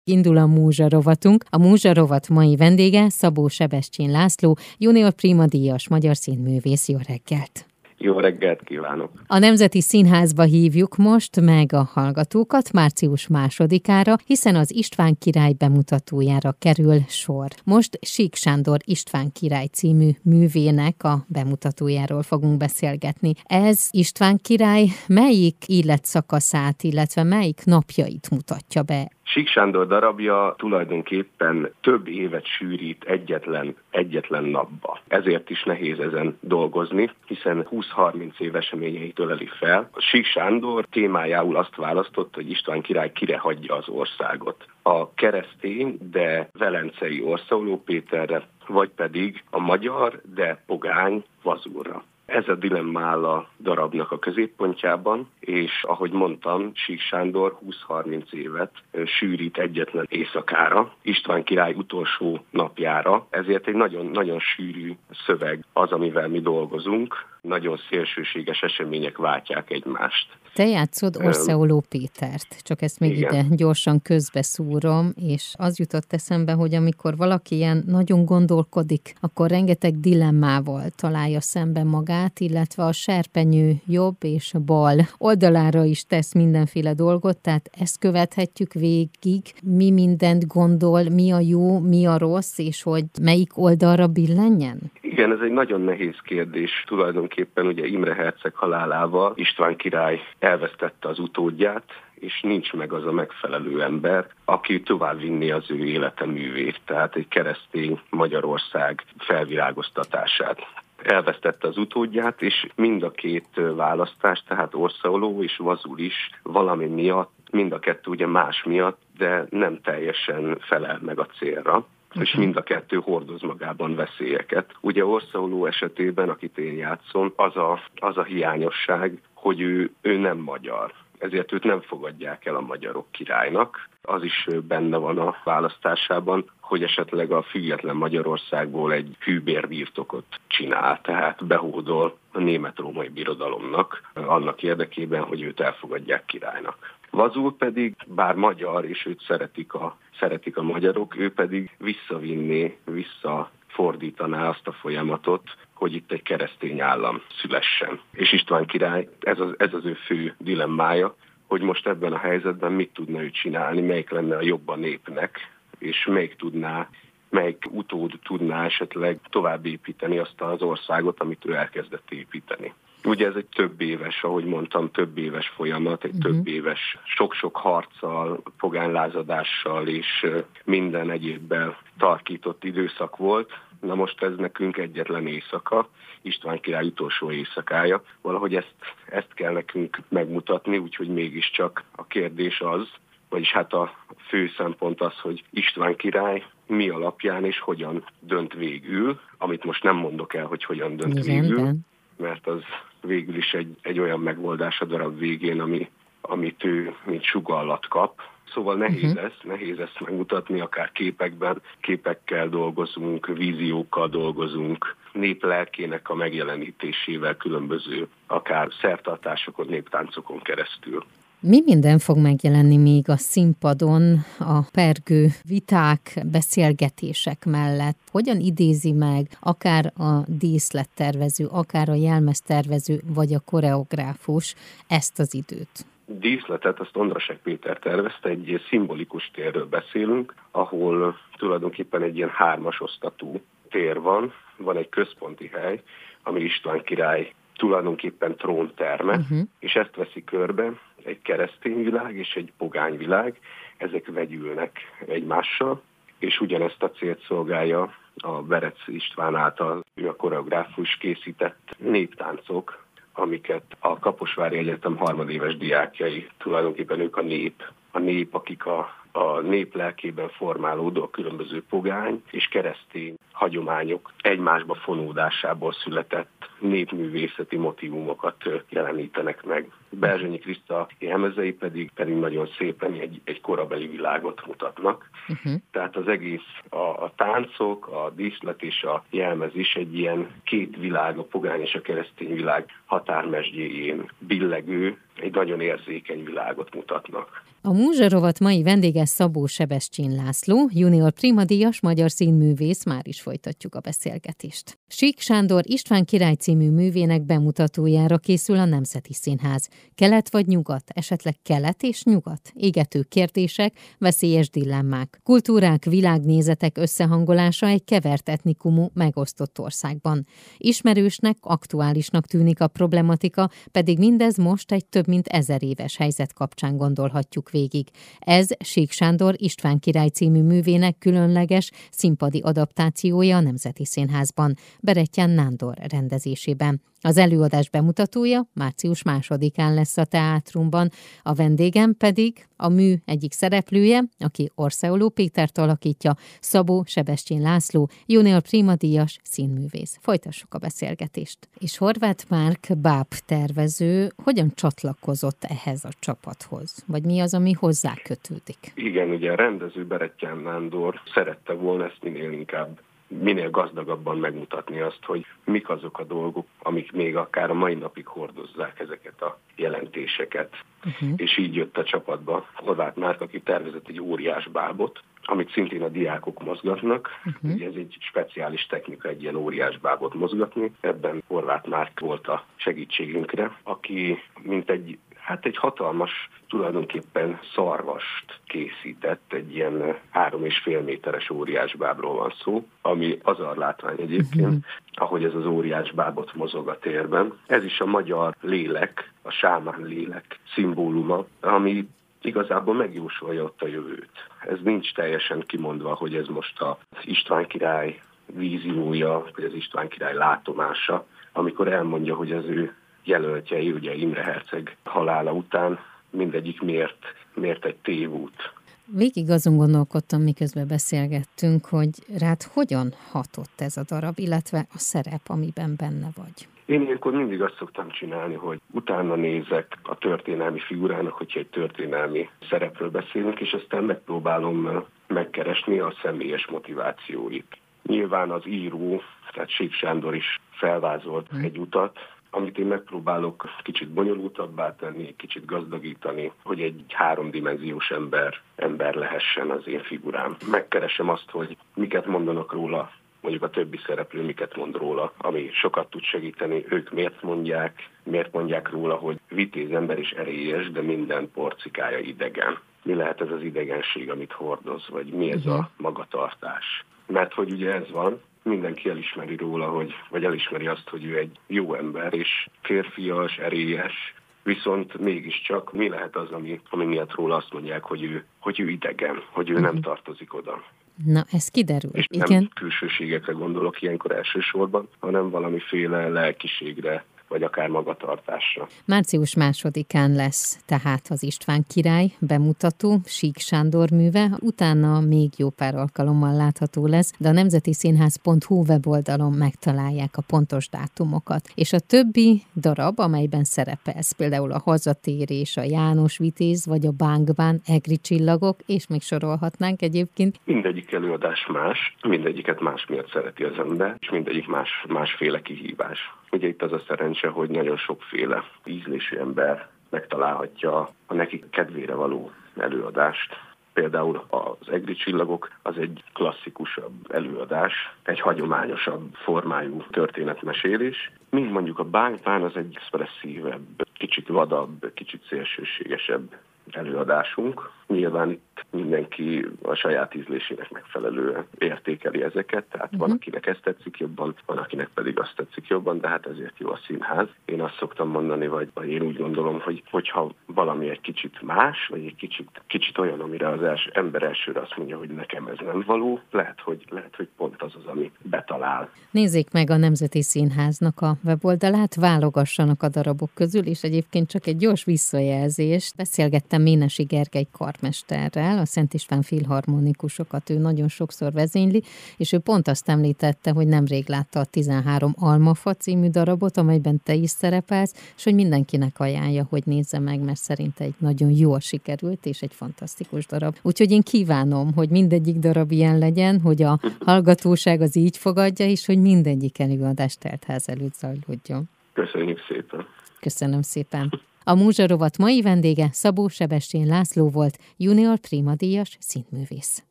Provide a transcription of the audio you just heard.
Indul a Múzsa rovatunk. A Múzsa rovat mai vendége Szabó Sebestyén László, junior Prima díjas magyar színművész. Jó reggelt! Jó reggelt kívánok! A Nemzeti Színházba hívjuk most meg a hallgatókat március 2-ára, hiszen az István király bemutatójára kerül sor. Most Sík Sándor István király című művének a bemutatójáról fogunk beszélgetni. Ez István király melyik életszakaszát, illetve melyik napjait mutatja be? Sík Sándor darabja tulajdonképpen több évet sűrít egyetlen napba. Ezért is nehéz ezen dolgozni, hiszen 20-30 év eseményeit öleli fel. A Sík Sándor témájául azt választott, hogy István király kire hagyja az országot. A keresztény, de velencei Orszoló Péterre, vagy pedig a magyar, de pogány Vazulra. Ez a dilemma áll a darabnak a középpontjában, és ahogy mondtam, Sík Sándor 20-30 évet sűrít egyetlen éjszakára, István király utolsó napjára, ezért egy nagyon sűrű szöveg az, amivel mi dolgozunk, nagyon szélsőséges események váltják egymást. Te játszod Orszoló Pétert, csak ezt még igen. Ide gyorsan közbeszúrom, és az jutott eszembe, hogy amikor valaki ilyen nagyon gondolkodik, akkor rengeteg dilemmával találja szembe magát, illetve a serpenyő jobb és bal oldalára is tesz mindenféle dolgot, tehát ezt követhetjük végig, mi mindent gondol, mi a jó, mi a rossz, és hogy melyik oldalra billenjen? Igen, ez egy nagyon nehéz kérdés. Tulajdonképpen ugye Imre herceg halálával István király elvesztette az utódját, és nincs meg az a megfelelő ember, aki tovább vinni az ő életeművét, tehát egy keresztény Magyarország felvirágoztatását. Elvesztette az utódját, és mind a két választás, tehát Orszoló és Vazul is valami miatt, mind a kettő ugye más miatt, de nem teljesen felel meg a célra. És mind a kettő hordoz magában veszélyeket. Ugye Orszoló esetében, akit én játszom, az a hiányosság, hogy ő nem magyar. Ezért őt nem fogadják el a magyarok királynak. Az is benne van a választásában, hogy esetleg a független Magyarországból egy hűbérbirtokot csinál, tehát behódol a német-római birodalomnak annak érdekében, hogy őt elfogadják királynak. Vazul pedig, bár magyar, és őt szeretik a magyarok, ő pedig visszafordítaná azt a folyamatot, hogy itt egy keresztény állam szülessen. És István király, ez az ő fő dilemmája, hogy most ebben a helyzetben mit tudna ő csinálni, melyik lenne a jobb a népnek, és melyik utód tudná esetleg tovább építeni azt az országot, amit ő elkezdett építeni. Ugye ez egy több éves, ahogy mondtam, több éves folyamat, egy több éves sok-sok harccal, pogánylázadással és minden egyébben tarkított időszak volt. Na most ez nekünk egyetlen éjszaka, István király utolsó éjszakája. Valahogy ezt kell nekünk megmutatni, úgyhogy mégiscsak a kérdés az, vagyis hát a fő szempont az, hogy István király mi alapján és hogyan dönt végül, amit most nem mondok el, hogy hogyan dönt végül, mert az végül is egy olyan megoldás a darab végén, amit ő mint sugallat kap. Szóval nehéz ezt megmutatni, akár képekkel dolgozunk, víziókkal dolgozunk, néplelkének a megjelenítésével különböző, akár szertartásokon, néptáncokon keresztül. Mi minden fog megjelenni még a színpadon a pergő viták, beszélgetések mellett? Hogyan idézi meg akár a díszlettervező, akár a jelmeztervező, vagy a koreográfus ezt az időt? Díszletet azt Ondrasek Péter tervezte, egy szimbolikus térről beszélünk, ahol tulajdonképpen egy ilyen 3-as osztatú tér van egy központi hely, ami István király tulajdonképpen trónterme, és ezt veszi körbe egy keresztény világ és egy pogány világ, ezek vegyülnek egymással, és ugyanezt a célt szolgálja a Berec István által, ő a koreográfus készített néptáncok, amiket a Kaposvári Egyetem harmadéves diákjai, tulajdonképpen ők a nép, akik a nép lelkében formálódó különböző pogány és keresztény hagyományok egymásba fonódásából született népművészeti motívumokat jelenítenek meg. Berzsenyi Kriszta jelmezei pedig nagyon szépen egy korabeli világot mutatnak. Tehát az egész a táncok, a díszlet és a jelmez is egy ilyen két világ, a pogány és a keresztény világ határmesdjéjén billegő egy nagyon érzékeny világot mutatnak. A Múzsa-rovat mai vendége Szabó Sebestyén László, junior primadíjas magyar színművész, már is folytatjuk a beszélgetést. Sík Sándor István király című művének bemutatójára készül a Nemzeti Színház. Kelet vagy nyugat, esetleg kelet és nyugat? Égető kérdések, veszélyes dilemmák. Kultúrák, világnézetek összehangolása egy kevert etnikumú, megosztott országban. Ismerősnek, aktuálisnak tűnik a problematika, pedig mindez most egy több mint 1000 éves helyzet kapcsán gondolhatjuk végig. Ez Sík Sándor István király című művének különleges színpadi adaptációja a Nemzeti Színházban, Berettyán Nándor rendezésében. Az előadás bemutatója március 2-án lesz a Teátrumban, a vendégem pedig a mű egyik szereplője, aki Orseoló Pétert alakítja, Szabó Sebestyén László, junior primadíjas színművész. Folytassuk a beszélgetést. És Horváth Márk báb tervező hogyan csatlakozott ehhez a csapathoz? Vagy mi az, ami hozzá kötődik? Igen, ugye a rendező Berettyán Nándor szerette volna ezt minél gazdagabban megmutatni azt, hogy mik azok a dolgok, amik még akár a mai napig hordozzák ezeket a jelentéseket. És így jött a csapatba Horváth Márk, aki tervezett egy óriás bábot, amit szintén a diákok mozgatnak. Ugye ez egy speciális technika, egy ilyen óriás bábot mozgatni. Ebben Horváth Márk volt a segítségünkre, aki mint egy hatalmas, tulajdonképpen szarvast készített, egy ilyen 3,5 méteres óriásbábról van szó, ami azarlátvány egyébként, ahogy ez az óriásbábot mozog a térben. Ez is a magyar lélek, a sámán lélek szimbóluma, ami igazából megjósolja ott a jövőt. Ez nincs teljesen kimondva, hogy ez most az István király víziója, vagy az István király látomása, amikor elmondja, hogy az ő jelöltjei, ugye Imre herceg halála után mindegyik miért egy tévút. Végig azon gondolkodtam, miközben beszélgettünk, hogy rád hogyan hatott ez a darab, illetve a szerep, amiben benne vagy. Én ilyenkor mindig azt szoktam csinálni, hogy utána nézek a történelmi figurának, hogyha egy történelmi szerepről beszélünk, és aztán megpróbálom megkeresni a személyes motivációit. Nyilván az író, tehát Sík Sándor is felvázolt egy utat, amit én megpróbálok kicsit bonyolultabbá tenni, kicsit gazdagítani, hogy egy 3-dimenziós ember lehessen az én figurám. Megkeresem azt, hogy miket mondanak róla, mondjuk a többi szereplő miket mond róla, ami sokat tud segíteni, ők miért mondják róla, hogy vitéz ember és erélyes, de minden porcikája idegen. Mi lehet ez az idegenség, amit hordoz, vagy mi ez a magatartás? Mert hogy ugye ez van, mindenki elismeri róla, vagy elismeri azt, hogy ő egy jó ember, és férfias, erélyes, viszont mégiscsak mi lehet az, ami miatt róla azt mondják, hogy ő idegen, hogy ő nem tartozik oda. Na, ez kiderül. És igen. Nem külsőségekre gondolok ilyenkor elsősorban, hanem valamiféle lelkiségre, vagy akár magatartásra. Március 2-án lesz tehát az István király bemutató, Sík Sándor műve, utána még jó pár alkalommal látható lesz, de a nemzetiszínház.hu weboldalon megtalálják a pontos dátumokat. És a többi darab, amelyben szerepelsz, például a Hazatérés, a János Vitéz, vagy a Bánkbán, Egri csillagok, és még sorolhatnánk egyébként. Mindegyik előadás más, mindegyiket más miatt szereti az ember, és mindegyik másféle kihívás. Ugye itt az a szerencse, hogy nagyon sokféle ízlésű ember megtalálhatja a neki kedvére való előadást. Például az Egri csillagok az egy klasszikusabb előadás, egy hagyományosabb formájú történetmesélés. Míg mondjuk a Bánkbán az egy expresszívebb, kicsit vadabb, kicsit szélsőségesebb előadásunk. Nyilván itt mindenki a saját ízlésének megfelelően értékeli ezeket, tehát van, akinek ez tetszik jobban, van, akinek pedig azt tetszik jobban, de hát ezért jó a színház. Én azt szoktam mondani, vagy én úgy gondolom, hogy hogyha valami egy kicsit más, vagy egy kicsit olyan, amire az ember elsőre azt mondja, hogy nekem ez nem való, lehet, hogy pont az, ami betalál. Nézzék meg a Nemzeti Színháznak a weboldalát, válogassanak a darabok közül, és egyébként csak egy gyors visszajelzés. Beszélgettem Ménesi Gergely karmesterrel, a Szent István filharmonikusokat ő nagyon sokszor vezényli, és ő pont azt említette, hogy nemrég látta a 13 Almafa című darabot, amelyben te is szerepelsz, és hogy mindenkinek ajánlja, hogy nézze meg, mert szerinte egy nagyon jól sikerült, és egy fantasztikus darab. Úgyhogy én kívánom, hogy mindegyik darab ilyen legyen, hogy a hallgatóság az így fogadja, és hogy mindegyik előadás teltház előtt zajlódjon. Köszönjük szépen! Köszönöm szépen! A Múzsarovat mai vendége Szabó Sebestyén László volt, junior primadíjas színművész.